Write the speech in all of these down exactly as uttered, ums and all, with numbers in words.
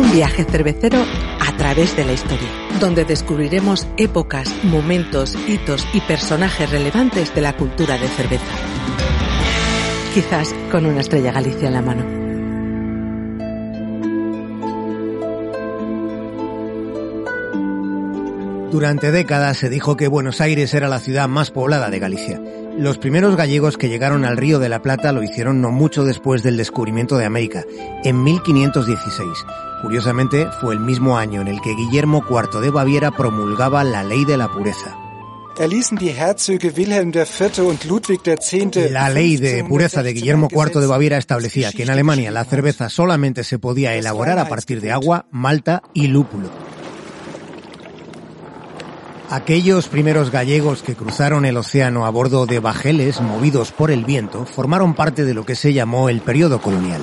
Un viaje cervecero a través de la historia, donde descubriremos épocas, momentos, hitos y personajes relevantes de la cultura de cerveza. Quizás con una Estrella Galicia en la mano. Durante décadas se dijo que Buenos Aires era la ciudad más poblada de Galicia. Los primeros gallegos que llegaron al Río de la Plata lo hicieron no mucho después del descubrimiento de América, en mil quinientos dieciséis. Curiosamente, fue el mismo año en el que Guillermo cuarto de Baviera promulgaba la Ley de la Pureza. La Ley de Pureza de Guillermo cuarto de Baviera establecía que en Alemania la cerveza solamente se podía elaborar a partir de agua, malta y lúpulo. Aquellos primeros gallegos que cruzaron el océano a bordo de bajeles movidos por el viento formaron parte de lo que se llamó el periodo colonial.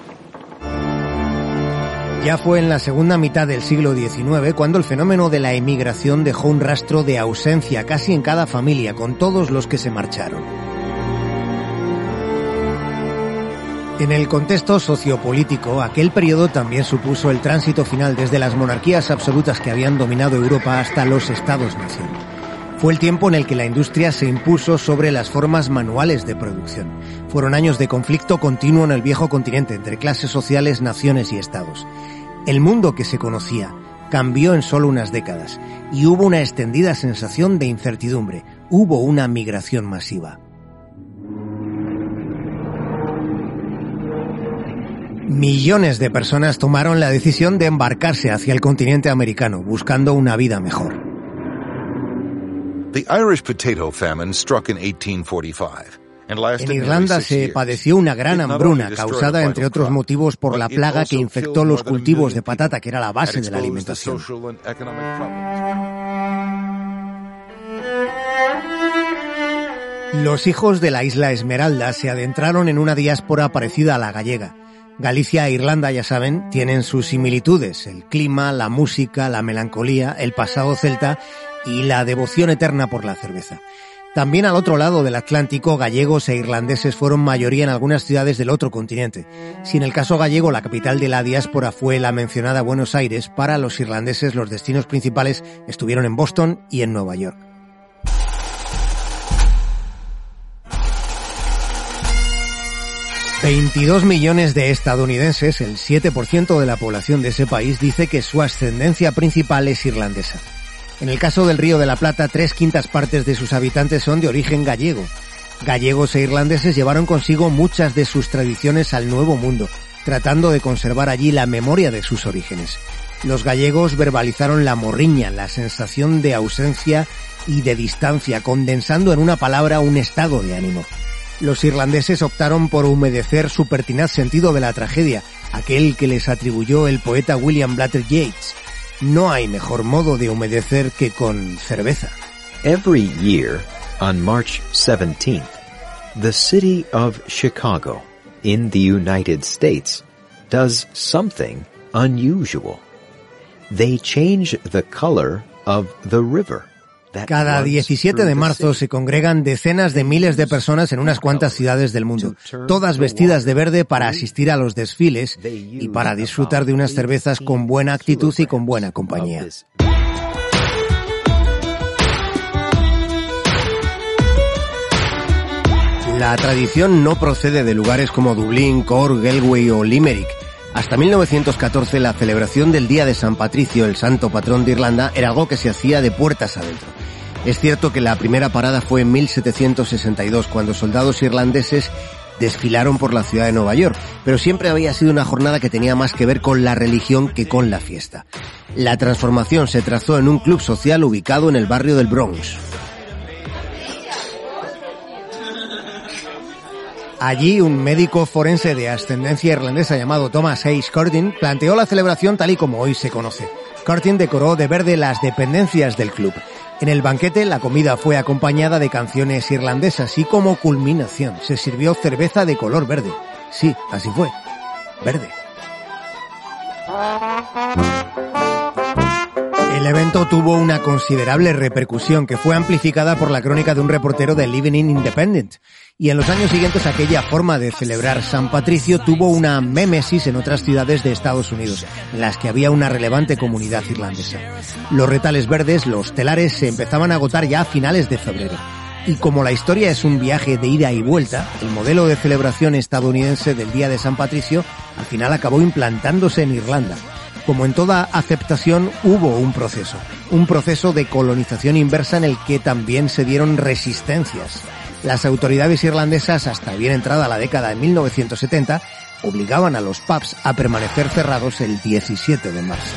Ya fue en la segunda mitad del siglo diecinueve cuando el fenómeno de la emigración dejó un rastro de ausencia casi en cada familia, con todos los que se marcharon. En el contexto sociopolítico, aquel periodo también supuso el tránsito final desde las monarquías absolutas que habían dominado Europa hasta los estados-nación. Fue el tiempo en el que la industria se impuso sobre las formas manuales de producción. Fueron años de conflicto continuo en el viejo continente entre clases sociales, naciones y estados. El mundo que se conocía cambió en solo unas décadas y hubo una extendida sensación de incertidumbre. Hubo una migración masiva. Millones de personas tomaron la decisión de embarcarse hacia el continente americano, buscando una vida mejor. The Irish potato famine struck in eighteen forty-five. En Irlanda se padeció una gran hambruna, causada, entre otros motivos, por la plaga que infectó los cultivos de patata, que era la base de la alimentación. Los hijos de la isla Esmeralda se adentraron en una diáspora parecida a la gallega. Galicia e Irlanda, ya saben, tienen sus similitudes: el clima, la música, la melancolía, el pasado celta y la devoción eterna por la cerveza. También al otro lado del Atlántico, gallegos e irlandeses fueron mayoría en algunas ciudades del otro continente. Si en el caso gallego la capital de la diáspora fue la mencionada Buenos Aires, para los irlandeses los destinos principales estuvieron en Boston y en Nueva York. veintidós millones de estadounidenses, el siete por ciento de la población de ese país, dice que su ascendencia principal es irlandesa. En el caso del Río de la Plata, tres quintas partes de sus habitantes son de origen gallego. Gallegos e irlandeses llevaron consigo muchas de sus tradiciones al Nuevo Mundo, tratando de conservar allí la memoria de sus orígenes. Los gallegos verbalizaron la morriña, la sensación de ausencia y de distancia, condensando en una palabra un estado de ánimo. Los irlandeses optaron por humedecer su pertinaz sentido de la tragedia, aquel que les atribuyó el poeta William Butler Yeats. No hay mejor modo de humedecer que con cerveza. Every year, on March seventeenth, the city of Chicago, in the United States, does something unusual. They change the color of the river. Cada diecisiete de marzo se congregan decenas de miles de personas en unas cuantas ciudades del mundo, todas vestidas de verde para asistir a los desfiles y para disfrutar de unas cervezas con buena actitud y con buena compañía. La tradición no procede de lugares como Dublín, Cork, Galway o Limerick. Hasta mil novecientos catorce la celebración del Día de San Patricio, el santo patrón de Irlanda, era algo que se hacía de puertas adentro. Es cierto que la primera parada fue en mil setecientos sesenta y dos, cuando soldados irlandeses desfilaron por la ciudad de Nueva York, pero siempre había sido una jornada que tenía más que ver con la religión que con la fiesta. La transformación se trazó en un club social ubicado en el barrio del Bronx. Allí, un médico forense de ascendencia irlandesa llamado Thomas H. Curtin planteó la celebración tal y como hoy se conoce. Curtin decoró de verde las dependencias del club. En el banquete, la comida fue acompañada de canciones irlandesas y, como culminación, se sirvió cerveza de color verde. Sí, así fue. Verde. El evento tuvo una considerable repercusión que fue amplificada por la crónica de un reportero del Evening Independent. Y en los años siguientes aquella forma de celebrar San Patricio tuvo una mémesis en otras ciudades de Estados Unidos, en las que había una relevante comunidad irlandesa. Los retales verdes, los telares, se empezaban a agotar ya a finales de febrero. Y como la historia es un viaje de ida y vuelta, el modelo de celebración estadounidense del Día de San Patricio al final acabó implantándose en Irlanda. Como en toda aceptación, hubo un proceso, un proceso de colonización inversa en el que también se dieron resistencias. Las autoridades irlandesas, hasta bien entrada la década de mil novecientos setenta, obligaban a los pubs a permanecer cerrados el diecisiete de marzo.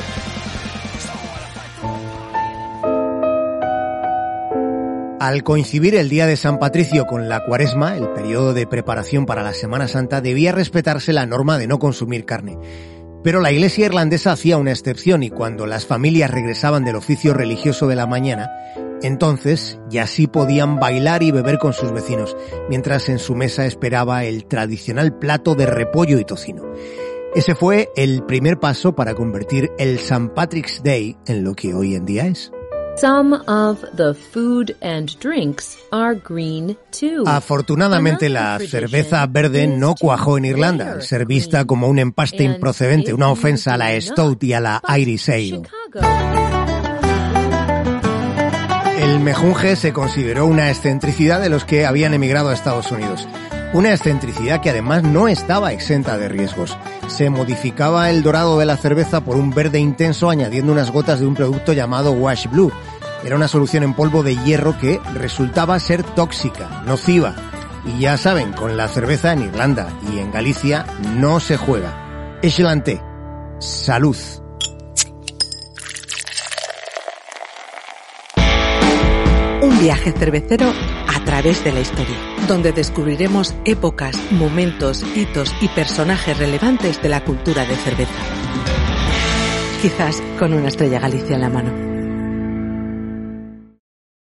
Al coincidir el día de San Patricio con la Cuaresma, el periodo de preparación para la Semana Santa, debía respetarse la norma de no consumir carne. Pero la Iglesia irlandesa hacía una excepción y cuando las familias regresaban del oficio religioso de la mañana, entonces ya sí podían bailar y beber con sus vecinos, mientras en su mesa esperaba el tradicional plato de repollo y tocino. Ese fue el primer paso para convertir el Saint Patrick's Day en lo que hoy en día es. Some of the food and drinks are green too. Afortunadamente la cerveza verde no cuajó en Irlanda, al ser vista como un empaste improcedente, una ofensa a la Stout y a la Irish Ale. El mejunje se consideró una excentricidad de los que habían emigrado a Estados Unidos. Una excentricidad que además no estaba exenta de riesgos. Se modificaba el dorado de la cerveza por un verde intenso añadiendo unas gotas de un producto llamado Wash Blue. Era una solución en polvo de hierro que resultaba ser tóxica, nociva. Y ya saben, con la cerveza en Irlanda y en Galicia no se juega. Excelente. Salud. Un viaje cervecero a través de la historia, donde descubriremos épocas, momentos, hitos y personajes relevantes de la cultura de cerveza. Quizás con una Estrella Galicia en la mano.